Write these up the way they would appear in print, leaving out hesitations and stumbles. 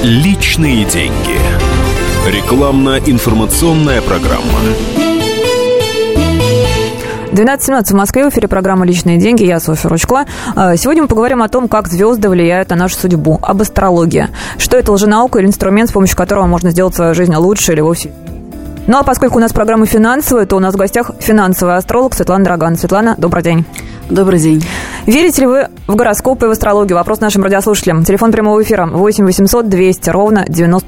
Личные деньги. Рекламно-информационная программа. 12:17 в Москве, в эфире программа «Личные деньги». Я Софья Ручко. Сегодня мы поговорим о том, как звезды влияют на нашу судьбу, об астрологии. Что это, лженаука или инструмент, с помощью которого можно сделать свою жизнь лучше или вовсе. Ну а поскольку у нас программа финансовая, то у нас в гостях финансовый астролог Светлана Драган. Светлана, добрый день. Добрый день. Верите ли вы в гороскопы и в астрологию? Вопрос нашим радиослушателям. Телефон прямого эфира 8 800 200 ровно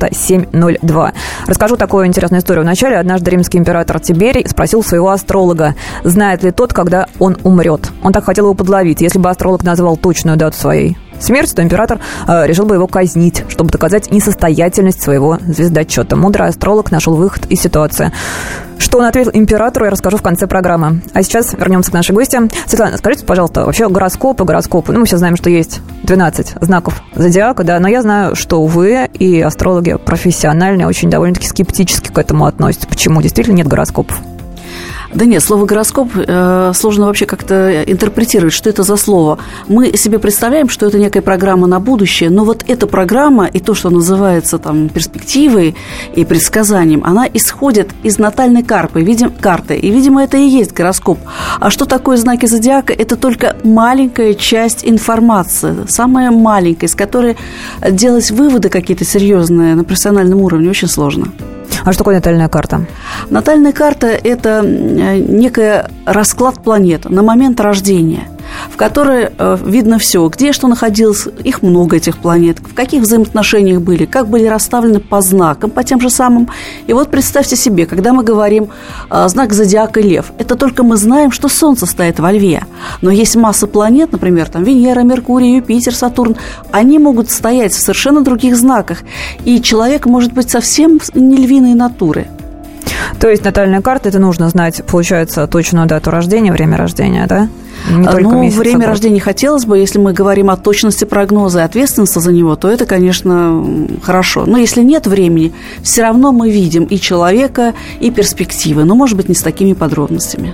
9702. Расскажу такую интересную историю. Вначале однажды римский император Тиберий спросил своего астролога, знает ли тот, когда он умрет. Он так хотел его подловить. Если бы астролог назвал точную дату своей смерти, то император решил бы его казнить, чтобы доказать несостоятельность своего звездочета. Мудрый астролог нашел выход из ситуации. Что он ответил императору, я расскажу в конце программы. А сейчас вернемся к нашей гости. Светлана, скажите, пожалуйста, вообще гороскопы. Ну, мы все знаем, что есть 12 знаков зодиака, да, но я знаю, что вы и астрологи профессиональные очень довольно-таки скептически к этому относятся. Почему? Действительно нет гороскопов? Да нет, слово «гороскоп» сложно вообще как-то интерпретировать, что это за слово. Мы себе представляем, что это некая программа на будущее, но вот эта программа и то, что называется там перспективой и предсказанием, она исходит из натальной карты, и, видимо, это и есть гороскоп. А что такое знаки зодиака? Это только маленькая часть информации, самая маленькая, из которой делать выводы какие-то серьезные на профессиональном уровне очень сложно. А что такое натальная карта? Натальная карта – это некий расклад планет на момент рождения, в которой видно все, где что находилось, их много, этих планет, в каких взаимоотношениях были, как были расставлены по знакам, по тем же самым. И вот представьте себе, когда мы говорим знак зодиака Лев, это только мы знаем, что Солнце стоит во Льве. Но есть масса планет, например, там Венера, Меркурий, Юпитер, Сатурн, они могут стоять в совершенно других знаках. И человек может быть совсем не львиной натуры. То есть натальная карта, это нужно знать, получается, точную дату рождения, время рождения, да? Время рождения хотелось бы, если мы говорим о точности прогноза и ответственности за него, то это, конечно, хорошо. Но если нет времени, все равно мы видим и человека, и перспективы, но, может быть, не с такими подробностями.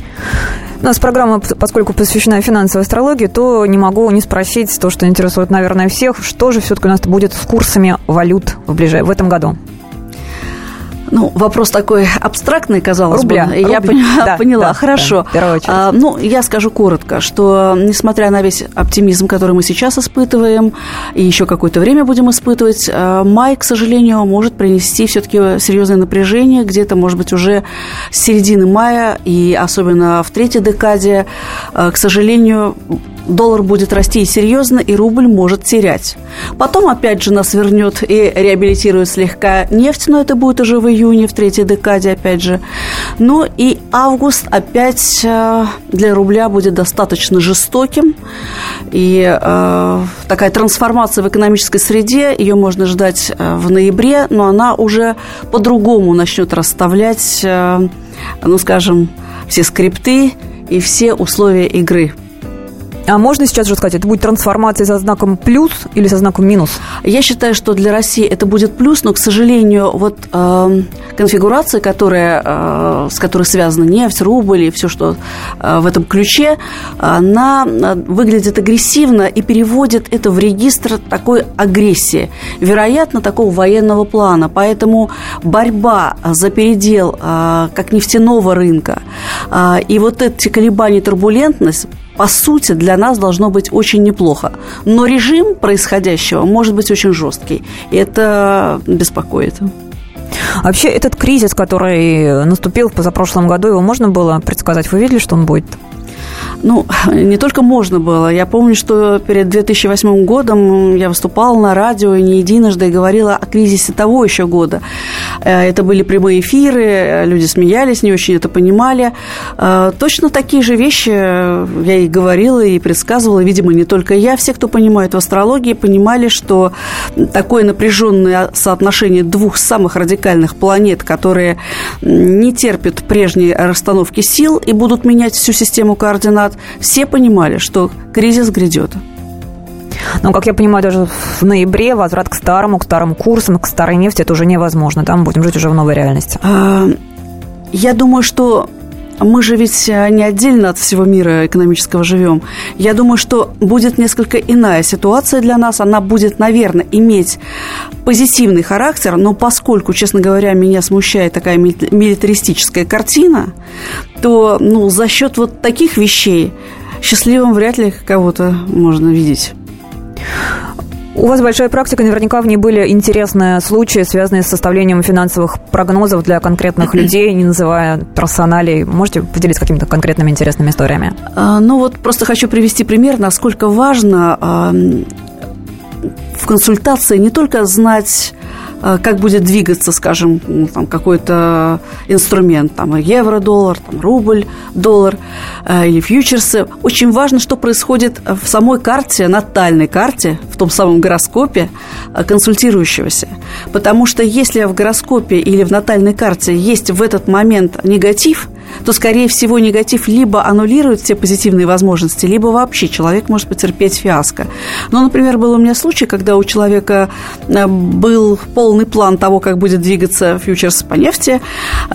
У нас программа, поскольку посвящена финансовой астрологии, то не могу не спросить то, что интересует, наверное, всех. Что же все-таки у нас будет с курсами валют в этом году? Ну, вопрос такой абстрактный, казалось бы. Я поняла. Да, хорошо. Да, я скажу коротко, что, несмотря на весь оптимизм, который мы сейчас испытываем, и еще какое-то время будем испытывать, май, к сожалению, может принести все-таки серьезное напряжение. Где-то, может быть, уже с середины мая, и особенно в третьей декаде, к сожалению, доллар будет расти серьезно, и рубль может терять. Потом, опять же, нас вернет и реабилитирует слегка нефть, но это будет уже в июне, в третьей декаде, опять же. Ну и август опять для рубля будет достаточно жестоким. И такая трансформация в экономической среде, ее можно ждать в ноябре, но она уже по-другому начнет расставлять, все скрипты и все условия игры. А можно сейчас уже сказать, это будет трансформация со знаком плюс или со знаком минус? Я считаю, что для России это будет плюс, но, к сожалению, конфигурация, с которой связана нефть, рубль и все, что в этом ключе, она выглядит агрессивно и переводит это в регистр такой агрессии, вероятно, такого военного плана. Поэтому борьба за передел как нефтяного рынка и вот эти колебания, турбулентность, по сути, для нас должно быть очень неплохо. Но режим происходящего может быть очень жесткий. И это беспокоит. Вообще, этот кризис, который наступил в позапрошлом году, его можно было предсказать? Вы видели, что он будет? Не только можно было. Я помню, что перед 2008 годом я выступала на радио не единожды и говорила о кризисе того еще года. Это были прямые эфиры, люди смеялись, не очень это понимали. Точно такие же вещи я и говорила, и предсказывала. Видимо, не только я. Все, кто понимает в астрологии, понимали, что такое напряженное соотношение двух самых радикальных планет, которые не терпят прежней расстановки сил и будут менять всю систему координат, все понимали, что кризис грядет. Но, как я понимаю, даже в ноябре возврат к старому курсам, к старой нефти, это уже невозможно. Там будем жить уже в новой реальности. Я думаю, что мы же ведь не отдельно от всего мира экономического живем. Я думаю, что будет несколько иная ситуация для нас. Она будет, наверное, иметь позитивный характер, но поскольку, честно говоря, меня смущает такая милитаристическая картина, то за счет вот таких вещей счастливым вряд ли кого-то можно видеть. У вас большая практика, наверняка в ней были интересные случаи, связанные с составлением финансовых прогнозов для конкретных людей, не называя персоналей. Можете поделиться какими-то конкретными интересными историями? Просто хочу привести пример, насколько важно в консультации не только знать, как будет двигаться, скажем, какой-то инструмент, евро-доллар, рубль-доллар или фьючерсы. Очень важно, что происходит в самой карте, натальной карте, в том самом гороскопе консультирующегося. Потому что если в гороскопе или в натальной карте есть в этот момент негатив, то, скорее всего, негатив либо аннулирует все позитивные возможности, либо вообще человек может потерпеть фиаско. Например, был у меня случай, когда у человека был полный план того, как будет двигаться фьючерс по нефти,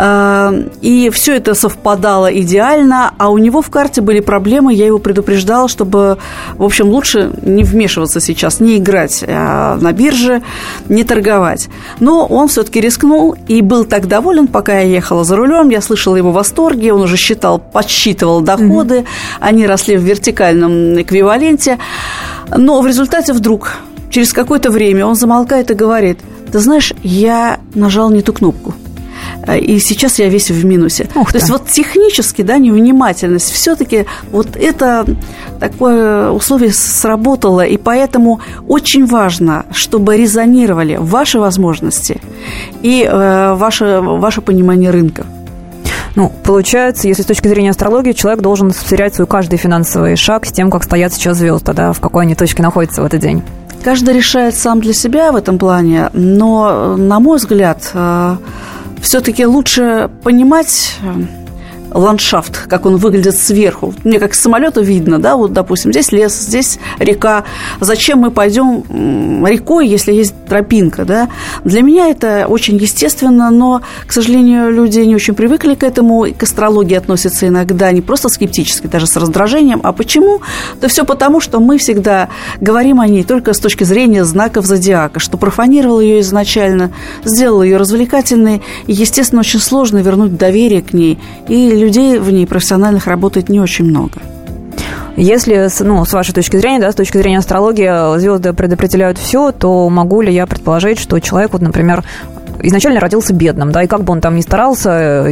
и все это совпадало идеально, а у него в карте были проблемы, я его предупреждала, чтобы, в общем, лучше не вмешиваться сейчас, не играть на бирже, не торговать. Но он все-таки рискнул и был так доволен, пока я ехала за рулем, я слышала его восторг, он уже подсчитывал доходы, они росли в вертикальном эквиваленте, но в результате вдруг, через какое-то время он замолкает и говорит: ты знаешь, я нажал не ту кнопку, и сейчас я весь в минусе. То есть вот технически, невнимательность, все-таки вот это такое условие сработало, и поэтому очень важно, чтобы резонировали ваши возможности и ваше понимание рынка. Получается, если с точки зрения астрологии, человек должен сверять свой каждый финансовый шаг с тем, как стоят сейчас звезды, в какой они точке находятся в этот день. Каждый решает сам для себя в этом плане, но, на мой взгляд, все-таки лучше понимать ландшафт, как он выглядит сверху. Мне как с самолета видно, допустим, здесь лес, здесь река. Зачем мы пойдем рекой, если есть тропинка, Для меня это очень естественно, но, к сожалению, люди не очень привыкли к этому, и к астрологии относятся иногда не просто скептически, даже с раздражением. А почему? Да все потому, что мы всегда говорим о ней только с точки зрения знаков зодиака, что профанировал ее изначально, сделал ее развлекательной, и, естественно, очень сложно вернуть доверие к ней, и людей в ней профессиональных работает не очень много. Если, с вашей точки зрения, с точки зрения астрологии, звезды предопределяют все, то могу ли я предположить, что человек, например, изначально родился бедным, и как бы он там ни старался,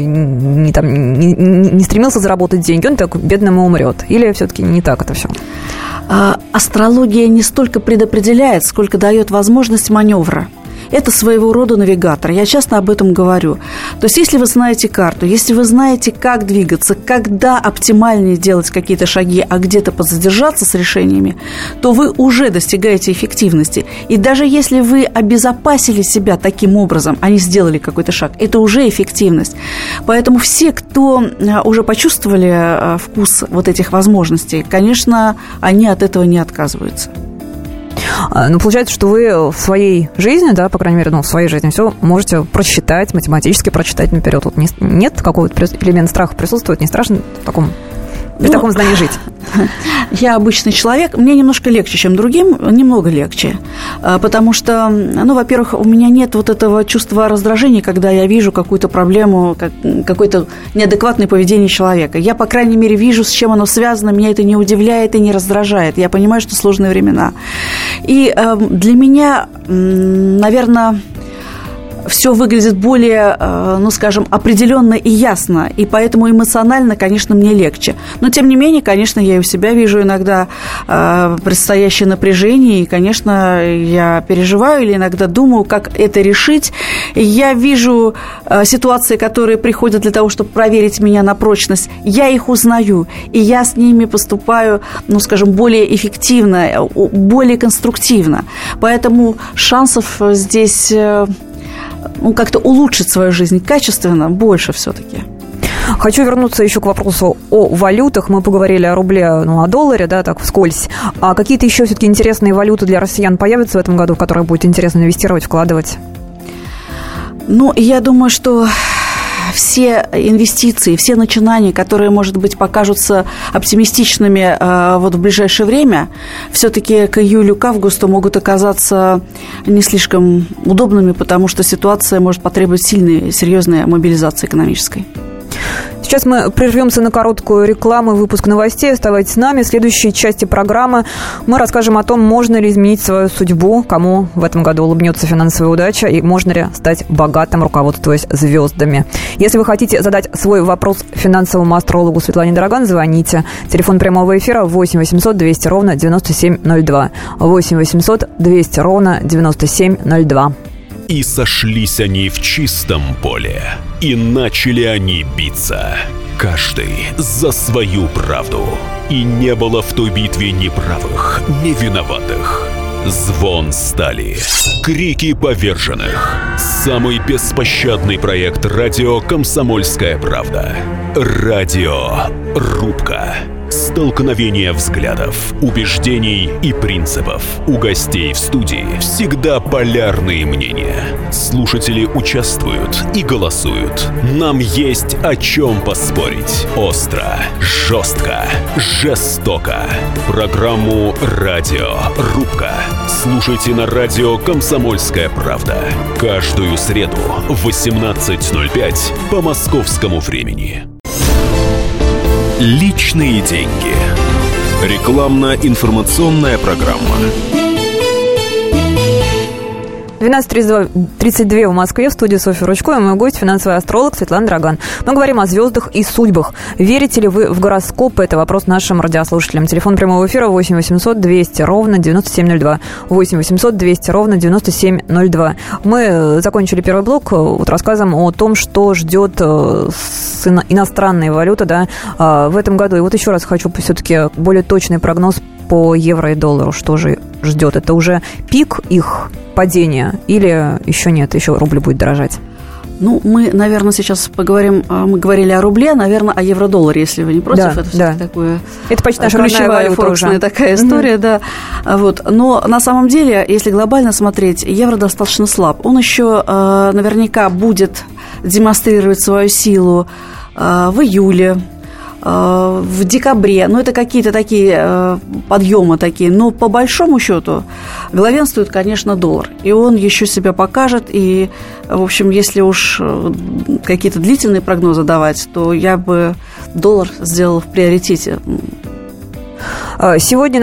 не стремился заработать деньги, он так бедным и умрет? Или все-таки не так это все? Астрология не столько предопределяет, сколько дает возможность маневра. Это своего рода навигатор. Я часто об этом говорю. То есть, если вы знаете карту, если вы знаете, как двигаться, когда оптимальнее делать какие-то шаги, а где-то подзадержаться с решениями, то вы уже достигаете эффективности. И даже если вы обезопасили себя таким образом, а не сделали какой-то шаг, это уже эффективность. Поэтому все, кто уже почувствовали вкус вот этих возможностей, конечно, они от этого не отказываются. Получается, что вы в своей жизни, по крайней мере, в своей жизни все можете просчитать, математически прочитать наперед. Нет какого-то элемента страха присутствует? Не страшно при таком знании жить? Я обычный человек, мне немножко легче, чем другим, немного легче, потому что, во-первых, у меня нет вот этого чувства раздражения, когда я вижу какую-то проблему, какое-то неадекватное поведение человека. Я, по крайней мере, вижу, с чем оно связано, меня это не удивляет и не раздражает. Я понимаю, что сложные времена. И для меня, наверное, все выглядит более, определенно и ясно, и поэтому эмоционально, конечно, мне легче. Но, тем не менее, конечно, я и у себя вижу иногда предстоящее напряжение, и, конечно, я переживаю или иногда думаю, как это решить. Я вижу ситуации, которые приходят для того, чтобы проверить меня на прочность. Я их узнаю, и я с ними поступаю, более эффективно, более конструктивно. Поэтому шансов здесь как-то улучшить свою жизнь качественно больше все-таки. Хочу вернуться еще к вопросу о валютах. Мы поговорили о рубле, о долларе, так вскользь. А какие-то еще все-таки интересные валюты для россиян появятся в этом году, в которые будет интересно инвестировать, вкладывать? Я думаю, что все инвестиции, все начинания, которые, может быть, покажутся оптимистичными вот в ближайшее время, все-таки к июлю, к августу могут оказаться не слишком удобными, потому что ситуация может потребовать сильной, серьезной мобилизации экономической. Сейчас мы прервемся на короткую рекламу и выпуск новостей. Оставайтесь с нами. В следующей части программы мы расскажем о том, можно ли изменить свою судьбу, кому в этом году улыбнется финансовая удача и можно ли стать богатым, руководствуясь звездами. Если вы хотите задать свой вопрос финансовому астрологу Светлане Дороган, звоните. Телефон прямого эфира 8 800 200 ровно 9702. 8 800 200 ровно 9702. И сошлись они в чистом поле, и начали они биться, каждый за свою правду. И не было в той битве ни правых, ни виноватых. Звон стали, крики поверженных. Самый беспощадный проект радио «Комсомольская правда». Радиорубка. Столкновение взглядов, убеждений и принципов. У гостей в студии всегда полярные мнения. Слушатели участвуют и голосуют. Нам есть о чем поспорить. Остро, жестко, жестоко. Программу «Радиорубка» слушайте на радио «Комсомольская правда». Каждую среду в 18:05 по московскому времени. Личные деньги. Рекламно-информационная программа. 12:32 в Москве, в студии Софья Ручко и мой гость, финансовый астролог Светлана Дороган. Мы говорим о звездах и судьбах. Верите ли вы в гороскопы? Это вопрос нашим радиослушателям. Телефон прямого эфира 8 800 200 ровно 9702. 8 800 200 ровно 9702. Мы закончили первый блок вот рассказом о том, что ждет иностранные валюты, да, в этом году. И вот еще раз хочу все-таки более точный прогноз по евро и доллару. Что же ждет? Это уже пик их падения или еще нет, еще рубль будет дорожать? Ну, мы, наверное, сейчас поговорим, мы говорили о рубле, наверное, о евро-долларе, если вы не против. Да, это все-таки такое... Это почти наша ключевая форексная такая история, да. Вот. Но на самом деле, если глобально смотреть, евро достаточно слаб. Он еще наверняка будет демонстрировать свою силу в июле, в декабре, это какие-то такие подъемы такие, но по большому счету главенствует, конечно, доллар, и он еще себя покажет, и, в общем, если уж какие-то длительные прогнозы давать, то я бы доллар сделала в приоритете. Сегодня,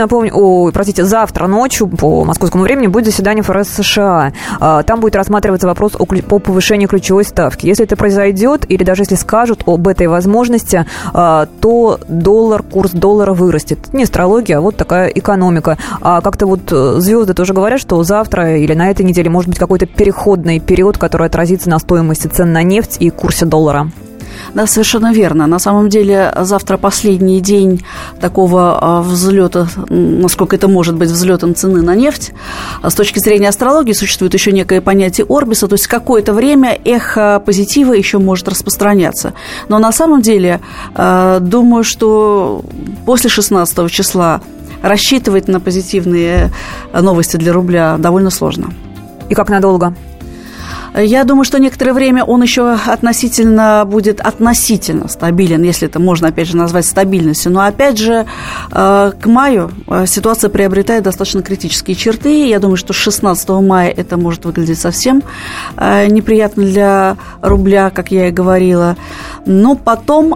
завтра ночью по московскому времени будет заседание ФРС США. Там будет рассматриваться вопрос по повышению ключевой ставки. Если это произойдет, или даже если скажут об этой возможности, то курс доллара вырастет. Не астрология, а вот такая экономика. А как-то вот звезды тоже говорят, что завтра или на этой неделе может быть какой-то переходный период, который отразится на стоимости цен на нефть и курсе доллара. Да, совершенно верно. На самом деле завтра последний день такого взлета, насколько это может быть взлетом цены на нефть. С точки зрения астрологии существует еще некое понятие орбиса, то есть какое-то время эхо позитива еще может распространяться. Но на самом деле думаю, что после 16 числа рассчитывать на позитивные новости для рубля довольно сложно. И как надолго? Я думаю, что некоторое время он еще будет относительно стабилен, если это можно, опять же, назвать стабильностью. Но, опять же, к маю ситуация приобретает достаточно критические черты. Я думаю, что с 16 мая это может выглядеть совсем неприятно для рубля, как я и говорила. Но потом...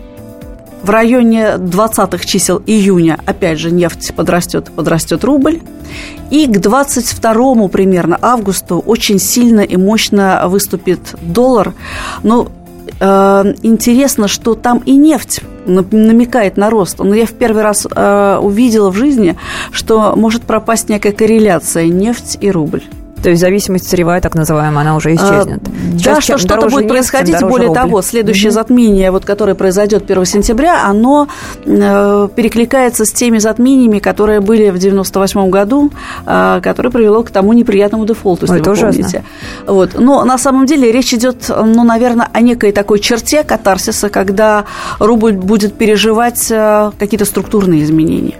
В районе 20-х чисел июня, опять же, нефть подрастет рубль. И к 22-му примерно августу очень сильно и мощно выступит доллар. Но интересно, что там и нефть намекает на рост. Но я в первый раз увидела в жизни, что может пропасть некая корреляция нефть и рубль. То есть зависимость сырьевая, так называемая, она уже исчезнет. Да, что что-то будет происходить. Более того, следующее затмение, которое произойдет 1 сентября, оно перекликается с теми затмениями, которые были в 1998 году, которое привело к тому неприятному дефолту, если вы помните. Но на самом деле речь идет, наверное, о некой такой черте катарсиса, когда рубль будет переживать какие-то структурные изменения.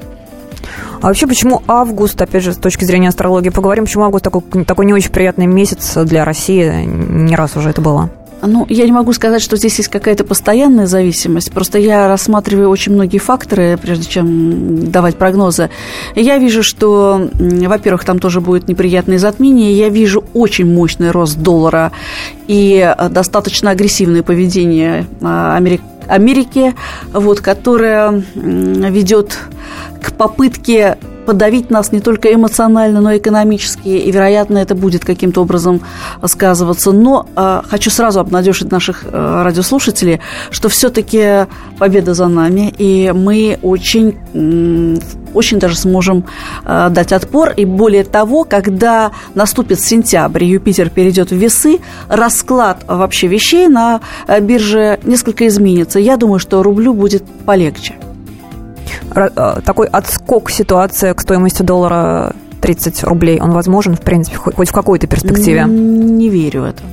А вообще, почему август, опять же, с точки зрения астрологии, поговорим, почему август такой не очень приятный месяц для России, не раз уже это было? Ну, я не могу сказать, что здесь есть какая-то постоянная зависимость. Просто я рассматриваю очень многие факторы, прежде чем давать прогнозы. Я вижу, что, во-первых, там тоже будет неприятное затмение. Я вижу очень мощный рост доллара и достаточно агрессивное поведение Америки, вот, которое ведет к попытке подавить нас не только эмоционально, но и экономически, и, вероятно, это будет каким-то образом сказываться. Но хочу сразу обнадежить наших радиослушателей, что все-таки победа за нами, и мы очень даже сможем дать отпор. И более того, когда наступит сентябрь, Юпитер перейдет в весы, расклад вообще вещей на бирже несколько изменится. Я думаю, что рублю будет полегче. Такой отскок ситуации к стоимости доллара 30 рублей, он возможен, в принципе, хоть в какой-то перспективе? Не верю в это.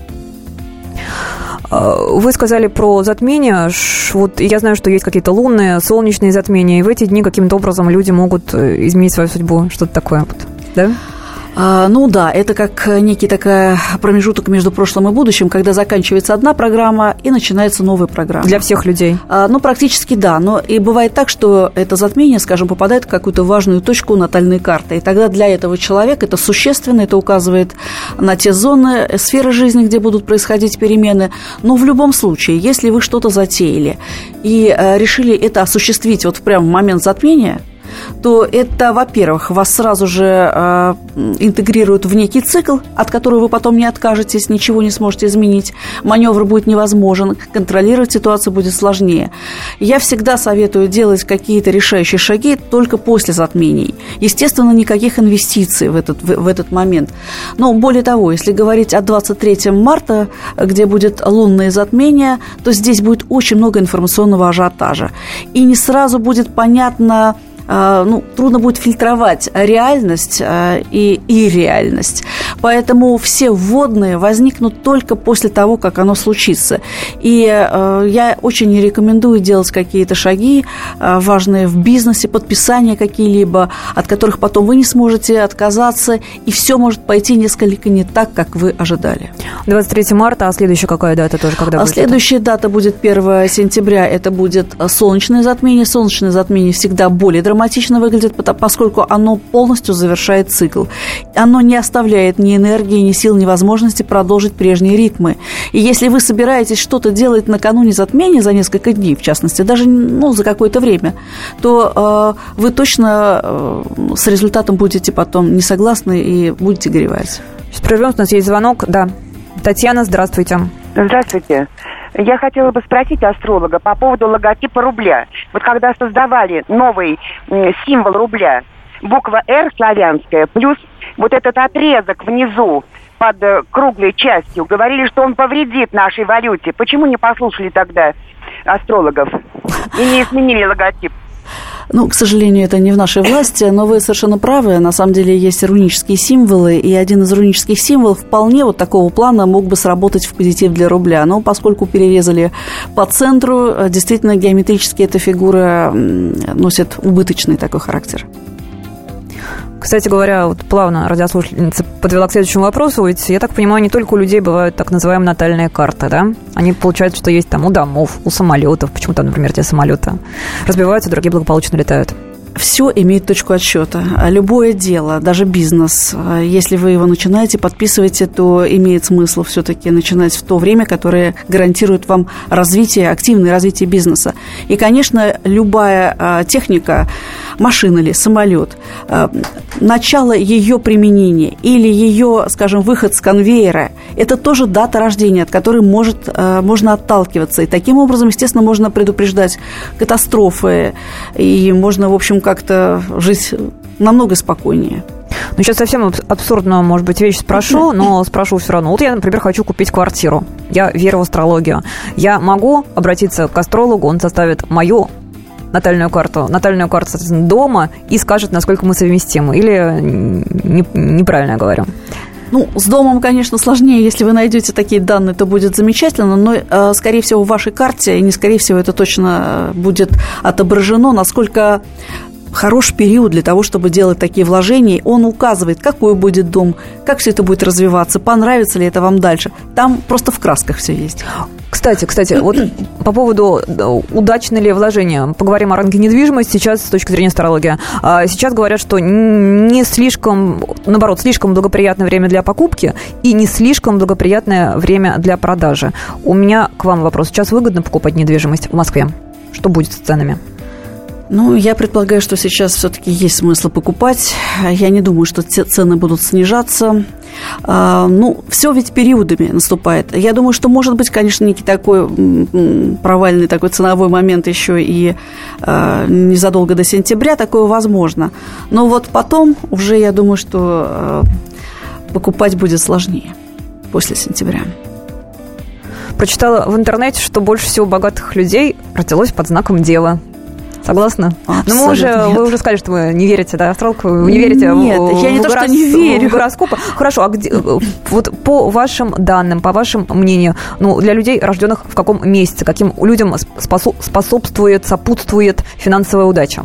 Вы сказали про затмения. Вот я знаю, что есть какие-то лунные, солнечные затмения, и в эти дни каким-то образом люди могут изменить свою судьбу. Что-то такое, да? Ну да, это как некий такой промежуток между прошлым и будущим, когда заканчивается одна программа и начинается новая программа. Для всех людей? Ну, практически да. Но и бывает так, что это затмение, скажем, попадает в какую-то важную точку натальной карты. И тогда для этого человека это существенно, это указывает на те зоны, сферы жизни, где будут происходить перемены. Но в любом случае, если вы что-то затеяли и решили это осуществить вот прямо в момент затмения, то это, во-первых, вас сразу же интегрируют в некий цикл, от которого вы потом не откажетесь, ничего не сможете изменить, маневр будет невозможен, контролировать ситуацию будет сложнее. Я всегда советую делать какие-то решающие шаги только после затмений. Естественно, никаких инвестиций в этот момент. Но более того, если говорить о 23 марта, где будет лунное затмение, то здесь будет очень много информационного ажиотажа. И не сразу будет понятно, трудно будет фильтровать реальность и ирреальность. Поэтому все вводные возникнут только после того, как оно случится. И я очень не рекомендую делать какие-то шаги важные в бизнесе, подписания какие-либо, от которых потом вы не сможете отказаться, и все может пойти несколько не так, как вы ожидали. 23 марта, а следующая какая дата тоже? Когда будет? Следующая дата будет 1 сентября, это будет солнечное затмение. Солнечное затмение всегда более драматично выглядит, поскольку оно полностью завершает цикл. Оно не оставляет ни энергии, ни сил, ни возможности продолжить прежние ритмы. И если вы собираетесь что-то делать накануне затмения за несколько дней, в частности, даже за какое-то время, то вы точно с результатом будете потом не согласны и будете горевать. Сейчас прервем, у нас есть звонок. Да. Татьяна, здравствуйте. Здравствуйте. Я хотела бы спросить астролога по поводу логотипа рубля. Вот когда создавали новый символ рубля, буква «Р» славянская, плюс вот этот отрезок внизу под круглой частью, говорили, что он повредит нашей валюте. Почему не послушали тогда астрологов и не изменили логотип? К сожалению, это не в нашей власти, но вы совершенно правы. На самом деле есть рунические символы, и один из рунических символов вполне вот такого плана мог бы сработать в позитив для рубля. Но поскольку перерезали по центру, действительно, геометрически эта фигура носит убыточный такой характер. Кстати говоря, вот плавно радиослушательница подвела к следующему вопросу. Ведь, я так понимаю, не только у людей бывают так называемые натальные карты, да? Они получают, что есть там у домов, у самолетов. Почему там, например, те самолеты разбиваются, другие благополучно летают? Все имеет точку отсчета. Любое дело, даже бизнес, если вы его начинаете, подписываете, то имеет смысл все-таки начинать в то время, которое гарантирует вам развитие, активное развитие бизнеса. И, конечно, любая техника, машина ли, самолет, начало ее применения или ее, скажем, выход с конвейера, это тоже дата рождения, от которой можно отталкиваться. И таким образом, естественно, можно предупреждать катастрофы, и можно, в общем, как-то жить намного спокойнее. Сейчас совсем абсурдную, может быть, вещь спрошу, но спрошу все равно. Вот я, например, хочу купить квартиру. Я верю в астрологию. Я могу обратиться к астрологу, он составит мою натальную карту, соответственно, дома и скажет, насколько мы совместимы. Или неправильно я говорю? С домом, конечно, сложнее. Если вы найдете такие данные, то будет замечательно, но, скорее всего, в вашей карте, и не скорее всего, это точно будет отображено, насколько хороший период для того, чтобы делать такие вложения. Он указывает, какой будет дом, как все это будет развиваться, понравится ли это вам дальше. Там просто в красках все есть. Кстати, вот по поводу удачно ли вложения, поговорим о рынке недвижимости сейчас с точки зрения астрологии. Сейчас говорят, что не слишком, наоборот, слишком благоприятное время для покупки и не слишком благоприятное время для продажи. У меня к вам вопрос. Сейчас выгодно покупать недвижимость в Москве? Что будет с ценами? Ну, я предполагаю, что сейчас все-таки есть смысл покупать. Я не думаю, что цены будут снижаться. Все ведь периодами наступает. Я думаю, что может быть, конечно, некий такой провальный такой ценовой момент еще и незадолго до сентября. Такое возможно. Но вот потом уже, я думаю, что покупать будет сложнее после сентября. Прочитала в интернете, что больше всего богатых людей родилось под знаком Дева. Согласна? Абсолютно нет. Вы уже сказали, что вы не верите, да, астролог? Вы не верите я не то, что не верю. в гороскопы. Хорошо, а где, вот по вашим данным, по вашему мнению, для людей, рожденных в каком месяце, каким людям сопутствует финансовая удача?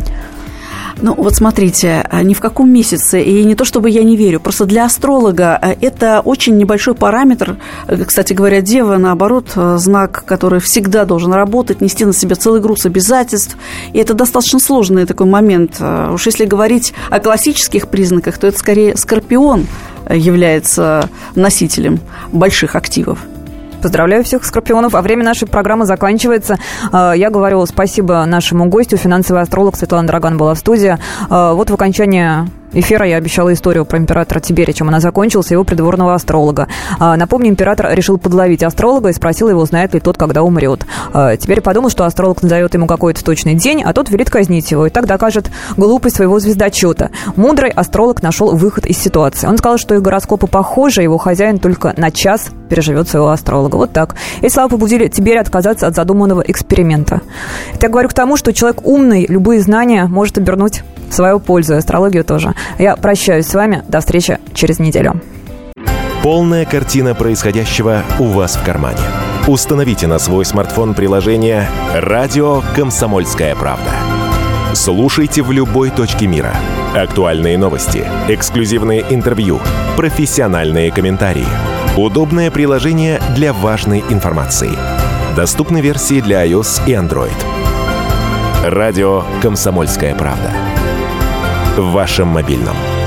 Вот смотрите, ни в каком месяце, и не то чтобы я не верю, просто для астролога это очень небольшой параметр. Кстати говоря, Дева, наоборот, знак, который всегда должен работать, нести на себе целый груз обязательств, и это достаточно сложный такой момент. Уж если говорить о классических признаках, то это скорее Скорпион является носителем больших активов. Поздравляю всех скорпионов. А время нашей программы заканчивается. Я говорю спасибо нашему гостю. Финансовый астролог Светлана Драган была в студии. Вот в окончании эфира я обещала историю про императора Тиберия, чем она закончилась, его придворного астролога. Напомню, император решил подловить астролога и спросил его, знает ли тот, когда умрет. Теперь подумал, что астролог назовет ему какой-то точный день, а тот велит казнить его, и так докажет глупость своего звездочета. Мудрый астролог нашел выход из ситуации. Он сказал, что их гороскопы похожи, его хозяин только на час переживет своего астролога. Вот так. Эти слова побудили Тиберия отказаться от задуманного эксперимента. Это я говорю к тому, что человек умный, любые знания может обернуть в свою пользу, и астрологию тоже. Я прощаюсь с вами. До встречи через неделю. Полная картина происходящего у вас в кармане. Установите на свой смартфон приложение «Радио Комсомольская правда». Слушайте в любой точке мира. Актуальные новости, эксклюзивные интервью, профессиональные комментарии. Удобное приложение для важной информации. Доступны версии для iOS и Android. Радио «Комсомольская правда». В вашем мобильном.